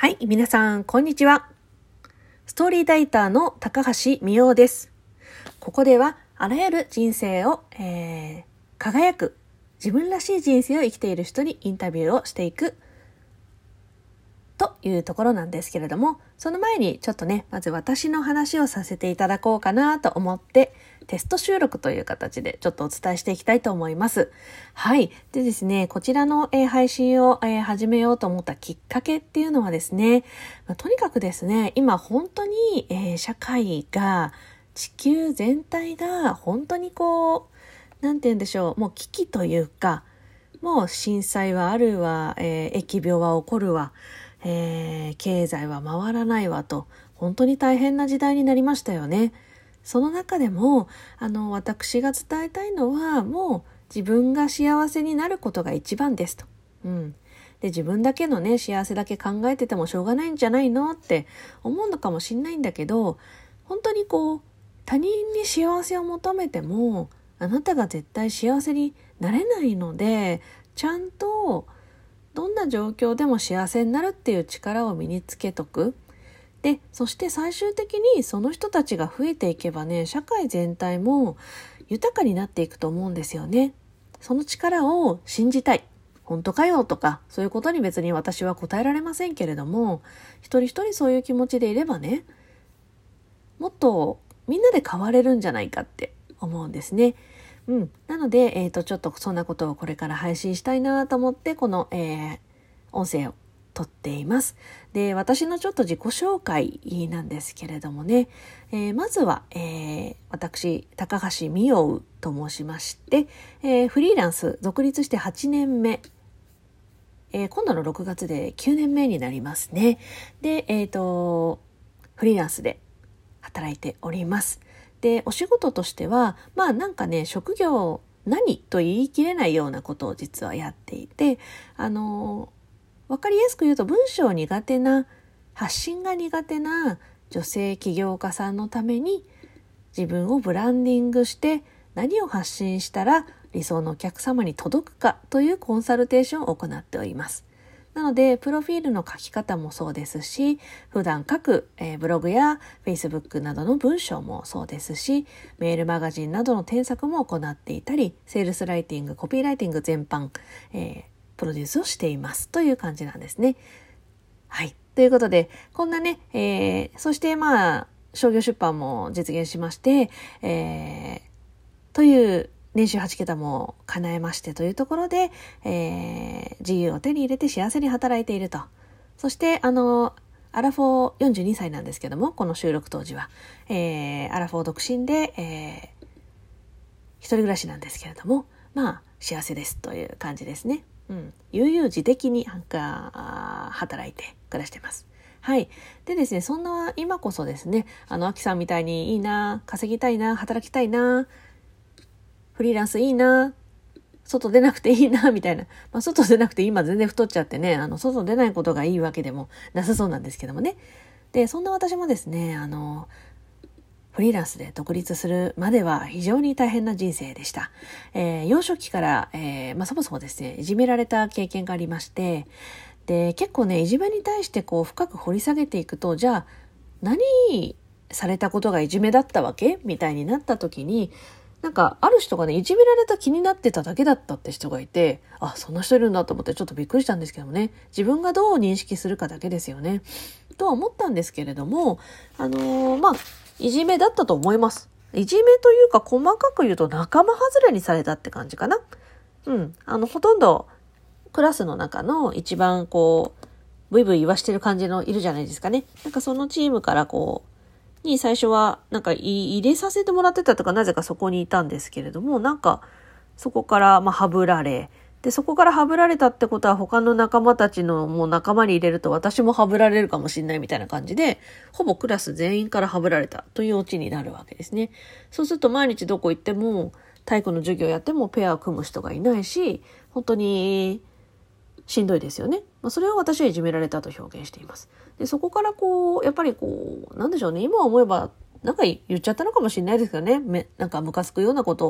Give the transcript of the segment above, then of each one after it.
はい、皆さん、こんにちは。ストーリーライターの高橋美代です。ここでは、あらゆる人生を、輝く、自分らしい人生を生きている人にインタビューをしていく、というところなんですけれども、その前にちょっとね、まず私の話をさせていただこうかなと思って、テスト収録という形でちょっとお伝えしていきたいと思います。はい。でですね、こちらの、配信を、始めようと思ったきっかけっていうのはですね、とにかくですね、今本当に、社会が、地球全体が本当になんて言うんでしょう、もう危機というか、もう震災はあるわ、疫病は起こるわ、経済は回らないわと、本当に大変な時代になりましたよね。その中でも、私が伝えたいのは、もう自分が幸せになることが一番ですと。で、自分だけのね、幸せだけ考えててもしょうがないんじゃないのって思うのかもしれないんだけど、本当に他人に幸せを求めても、あなたが絶対幸せになれないので、ちゃんとどんな状況でも幸せになるっていう力を身につけとく。で、そして最終的にその人たちが増えていけばね、社会全体も豊かになっていくと思うんですよね。その力を信じたい。本当かよとか、そういうことに別に私は答えられませんけれども、一人一人そういう気持ちでいればね、もっとみんなで変われるんじゃないかって思うんですね。なので、ちょっとそんなことをこれから配信したいなと思って、この、音声を撮っています。で、私のちょっと自己紹介なんですけれどもね、まずは、私、高橋美代と申しまして、フリーランス、独立して8年目、今度の6月で9年目になりますね。で、フリーランスで働いております。で、お仕事としては、職業何と言い切れないようなことを実はやっていて、わかりやすく言うと文章苦手な、発信が苦手な女性起業家さんのために自分をブランディングして何を発信したら理想のお客様に届くかというコンサルテーションを行っております。なので、プロフィールの書き方もそうですし、普段書く、ブログや Facebook などの文章もそうですし、メールマガジンなどの添削も行っていたり、セールスライティング、コピーライティング全般、プロデュースをしていますという感じなんですね。はい。ということで、こんなね、そして商業出版も実現しまして、という年収8桁も叶えましてというところで、自由を手に入れて幸せに働いていると。そして、アラフォー42歳なんですけども、この収録当時は、アラフォー独身で、一人暮らしなんですけれども、幸せですという感じですね。悠々自適に働いて暮らしてます。はい。でですね、そんな今こそですね、アキさんみたいにいいな、稼ぎたいな、働きたいな、フリーランスいいな、外出なくていいな、みたいな。外出なくて今全然太っちゃってね、外出ないことがいいわけでもなさそうなんですけどもね。で、そんな私もですね、フリーランスで独立するまでは非常に大変な人生でした。幼少期から、そもそもですね、いじめられた経験がありまして、で、結構ね、いじめに対して深く掘り下げていくと、じゃあ、何されたことがいじめだったわけみたいになった時に、ある人がね、いじめられた気になってただけだったって人がいて、そんな人いるんだと思ってちょっとびっくりしたんですけどもね、自分がどう認識するかだけですよね。とは思ったんですけれども、いじめだったと思います。いじめというか細かく言うと仲間外れにされたって感じかな。ほとんどクラスの中の一番ブイブイ言わしてる感じのいるじゃないですかね。そのチームからに最初は入れさせてもらってたとか、なぜかそこにいたんですけれども、そこからはぶられ、でそこからはぶられたってことは他の仲間たちのもう仲間に入れると私もはぶられるかもしれないみたいな感じで、ほぼクラス全員からはぶられたというオチになるわけですね。そうすると毎日どこ行っても体育の授業やってもペアを組む人がいないし、本当にしんどいですよね。それを私はいじめられたと表現しています。で、そこからやっぱりなんでしょうね。今思えば言っちゃったのかもしれないですけどね。ムカつくようなことを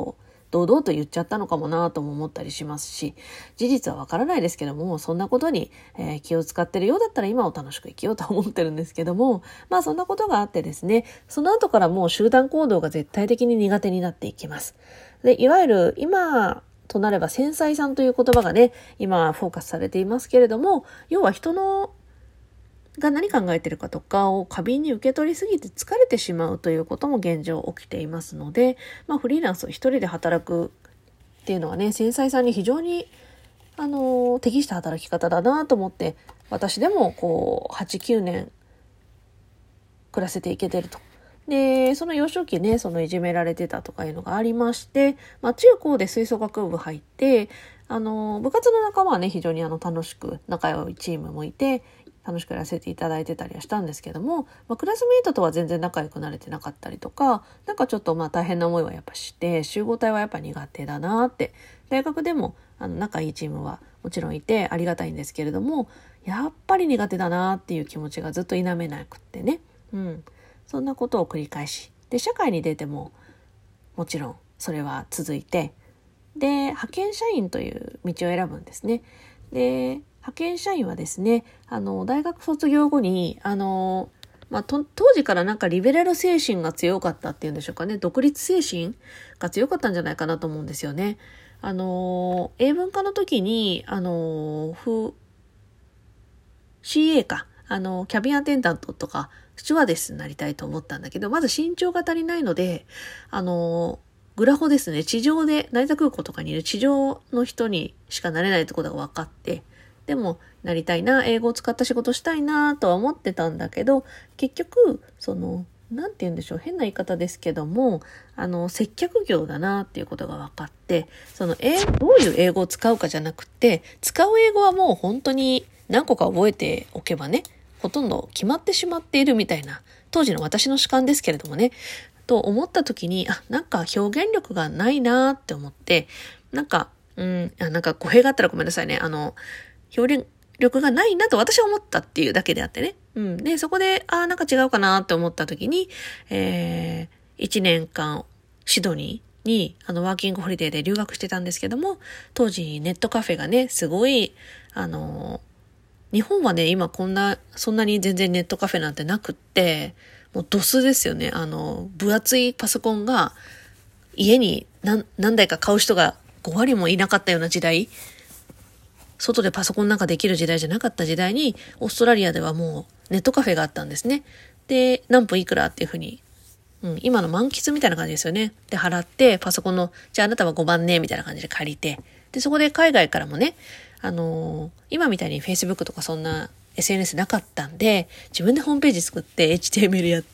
堂々と言っちゃったのかもなとも思ったりしますし、事実はわからないですけども、そんなことに、気を使ってるようだったら今を楽しく生きようと思ってるんですけども、そんなことがあってですね、その後からもう集団行動が絶対的に苦手になっていきます。で、いわゆる今となれば繊細さんという言葉がね、今フォーカスされていますけれども、要は人が何考えてるかとかを過敏に受け取りすぎて疲れてしまうということも現状起きていますので、フリーランスを一人で働くっていうのはね、繊細さんに非常に適した働き方だなと思って、私でも8、9年暮らせていけてると。で、その幼少期ね、いじめられてたとかいうのがありまして、中高で吹奏楽部入って、部活の仲間はね、非常に楽しく仲良いチームもいて、楽しくやらせていただいてたりはしたんですけども、クラスメイトとは全然仲良くなれてなかったりとか、ちょっと大変な思いはやっぱして、集合体はやっぱ苦手だなって、大学でも仲いいチームはもちろんいてありがたいんですけれども、やっぱり苦手だなっていう気持ちがずっと否めなくってね。そんなことを繰り返し、で、社会に出てももちろんそれは続いて、で、派遣社員という道を選ぶんですね。で、派遣社員はですね、大学卒業後に、当時からリベラル精神が強かったっていうんでしょうかね、独立精神が強かったんじゃないかなと思うんですよね。英文科の時に、CA か、キャビンアテンダントとか、スチュワーデスになりたいと思ったんだけど、まず身長が足りないので、グラホですね、地上で、成田空港とかにいる地上の人にしかなれないってことが分かって、でも、なりたいな、英語を使った仕事したいな、とは思ってたんだけど、結局、なんて言うんでしょう、変な言い方ですけども、接客業だな、っていうことが分かって、どういう英語を使うかじゃなくて、使う英語はもう本当に何個か覚えておけばね、ほとんど決まってしまっているみたいな、当時の私の主観ですけれどもね、と思った時に、表現力がないなって思って、語弊があったらごめんなさいね。表現力がないなと私は思ったっていうだけであってね。で、そこで、違うかなって思った時に、1年間、シドニーに、ワーキングホリデーで留学してたんですけども、当時ネットカフェがね、すごい、日本はね、今そんなに全然ネットカフェなんてなくって、もうドスですよね。分厚いパソコンが家に何台か買う人が5割もいなかったような時代、外でパソコンなんかできる時代じゃなかった時代に、オーストラリアではもうネットカフェがあったんですね。で、何分いくらっていうふうに、今の満喫みたいな感じですよね。で、払って、パソコンの、じゃああなたは5番ね、みたいな感じで借りて、で、そこで海外からもね、今みたいに Facebook とかそんな SNS なかったんで、自分でホームページ作って、HTML やって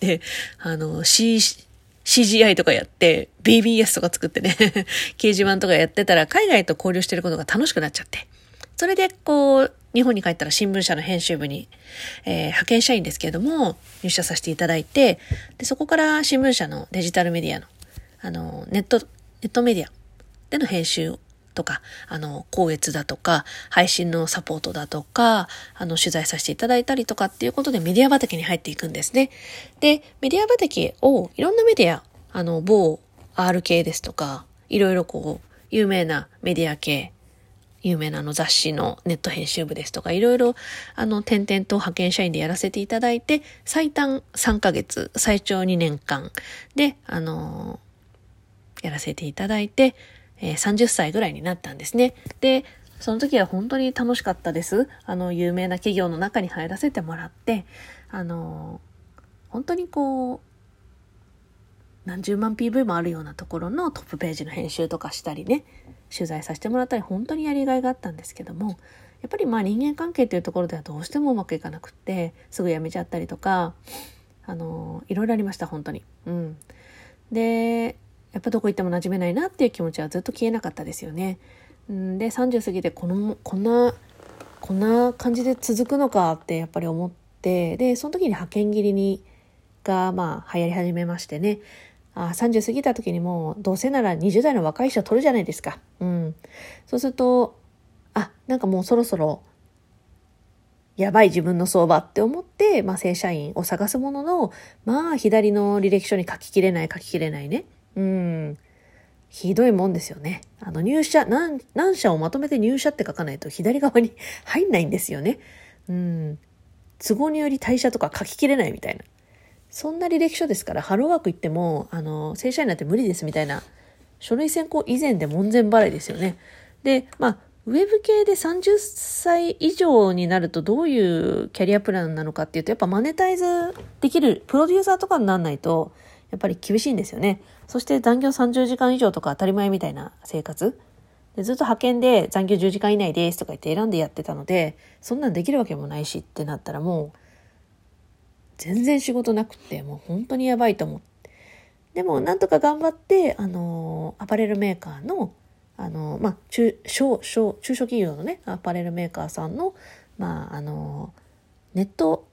、CGI とかやって、BBS とか作ってね、掲示板とかやってたら、海外と交流してることが楽しくなっちゃって。それで、日本に帰ったら新聞社の編集部に、派遣社員ですけれども、入社させていただいて、で、そこから新聞社のデジタルメディアの、ネットメディアでの編集とか、校閲だとか、配信のサポートだとか、取材させていただいたりとかっていうことでメディア畑に入っていくんですね。で、メディア畑をいろんなメディア、某 R 系ですとか、いろいろ有名なメディア系、有名な雑誌のネット編集部ですとか、いろいろ、点々と派遣社員でやらせていただいて、最短3ヶ月、最長2年間で、やらせていただいて、30歳ぐらいになったんですね。で、その時は本当に楽しかったです。有名な企業の中に入らせてもらって、本当に何十万 PV もあるようなところのトップページの編集とかしたりね、取材させてもらったり、本当にやりがいがあったんですけども、やっぱり人間関係というところではどうしてもうまくいかなくって、すぐ辞めちゃったりとか、いろいろありました、本当に。で、やっぱどこ行っても馴染めないなっていう気持ちはずっと消えなかったですよね。で、30過ぎてこんな感じで続くのかってやっぱり思って、で、その時に派遣切りが流行り始めましてね。30過ぎた時にもうどうせなら20代の若い人取るじゃないですか。そうすると、もうそろそろやばい自分の相場って思って、正社員を探すものの、左の履歴書に書ききれないね。 ひどいもんですよね。入社、何社をまとめて入社って書かないと左側に入んないんですよね。都合により退社とか書ききれないみたいな。そんな履歴書ですから、ハローワーク行っても、正社員なんて無理ですみたいな、書類選考以前で門前払いですよね。で、ウェブ系で30歳以上になるとどういうキャリアプランなのかっていうと、やっぱマネタイズできるプロデューサーとかにならないと、やっぱり厳しいんですよね。そして残業30時間以上とか当たり前みたいな生活。でずっと派遣で残業10時間以内ですとか言って選んでやってたので、そんなんできるわけもないしってなったらもう、全然仕事なくて、もう本当にやばいと思って。でもなんとか頑張って、アパレルメーカーの、中小企業のね、アパレルメーカーさんの、ネット、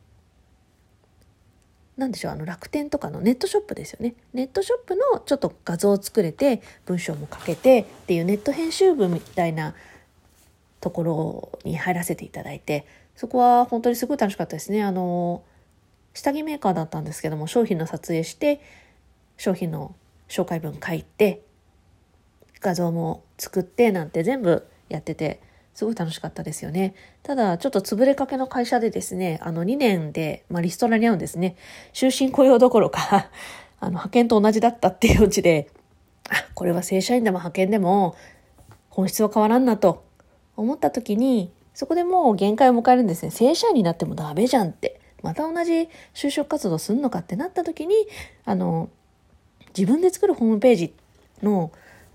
なんでしょう、楽天とかのネットショップですよね。ネットショップのちょっと画像を作れて、文章も書けてっていうネット編集部みたいなところに入らせていただいて、そこは本当にすごい楽しかったですね。下着メーカーだったんですけども、商品の撮影して、商品の紹介文書いて、画像も作ってなんて全部やってて、すごい楽しかったですよね。ただ、ちょっと潰れかけの会社でですね、2年で、リストラに遭うんですね。終身雇用どころか、派遣と同じだったっていううちで、これは正社員でも派遣でも本質は変わらんなと思った時に、そこでもう限界を迎えるんですね。正社員になってもダメじゃんって。また同じ就職活動すんのかってなった時に、自分で作るホームページの、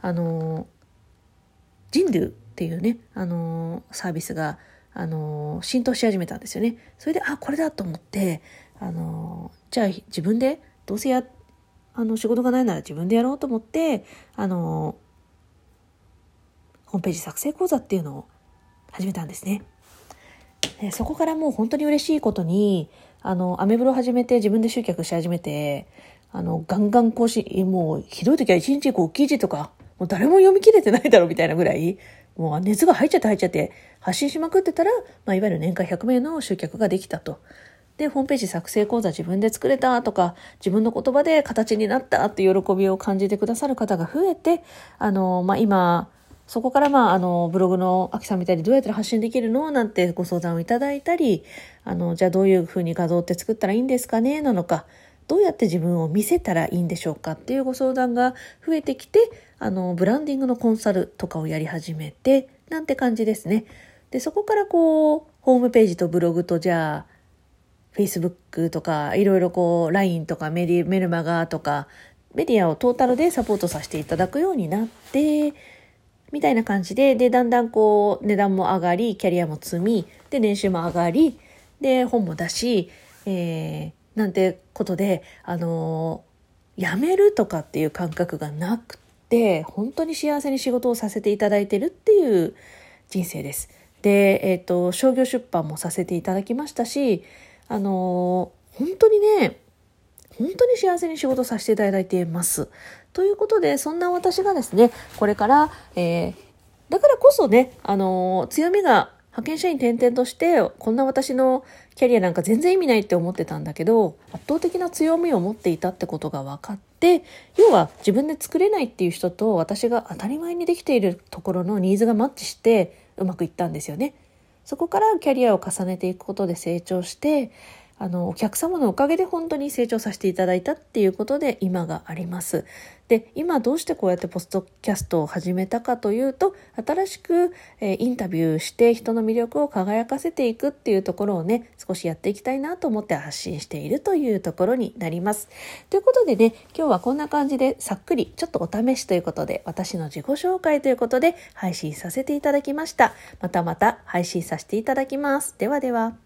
人流っていうね、サービスが、浸透し始めたんですよね。それで、これだと思って、じゃあ自分で、どうせ仕事がないなら自分でやろうと思って、ホームページ作成講座っていうのを始めたんですね。そこからもう本当に嬉しいことに、アメブロ始めて自分で集客し始めて、ガンガン更新、もうひどい時は1日5記事とか、もう誰も読み切れてないだろうみたいなぐらい、もう熱が入っちゃって発信しまくってたら、いわゆる年間100名の集客ができたと。で、ホームページ作成講座自分で作れたとか、自分の言葉で形になったっていう喜びを感じてくださる方が増えて、今、そこからブログのアキさんみたいにどうやったら発信できるのなんてご相談をいただいたり、じゃあどういうふうに画像って作ったらいいんですかねなのか、どうやって自分を見せたらいいんでしょうかっていうご相談が増えてきて、ブランディングのコンサルとかをやり始めて、なんて感じですね。で、そこからホームページとブログとじゃあ、Facebook とか、いろいろLINE とかメルマガとか、メディアをトータルでサポートさせていただくようになって、みたいな感じで、だんだん値段も上がり、キャリアも積み、で、年収も上がり、で、本も出し、なんてことで、辞めるとかっていう感覚がなくて、本当に幸せに仕事をさせていただいてるっていう人生です。で、商業出版もさせていただきましたし、本当に幸せに仕事させていただいています。ということで、そんな私がですね、これから、だからこそね、強みが派遣社員転々として、こんな私のキャリアなんか全然意味ないって思ってたんだけど、圧倒的な強みを持っていたってことが分かって、要は自分で作れないっていう人と私が当たり前にできているところのニーズがマッチしてうまくいったんですよね。そこからキャリアを重ねていくことで成長して、お客様のおかげで本当に成長させていただいたっていうことで今があります。で、今どうしてこうやってポストキャストを始めたかというと、新しく、インタビューして人の魅力を輝かせていくっていうところをね、少しやっていきたいなと思って発信しているというところになります。ということでね、今日はこんな感じでさっくりちょっとお試しということで、私の自己紹介ということで配信させていただきました。また配信させていただきます。ではでは。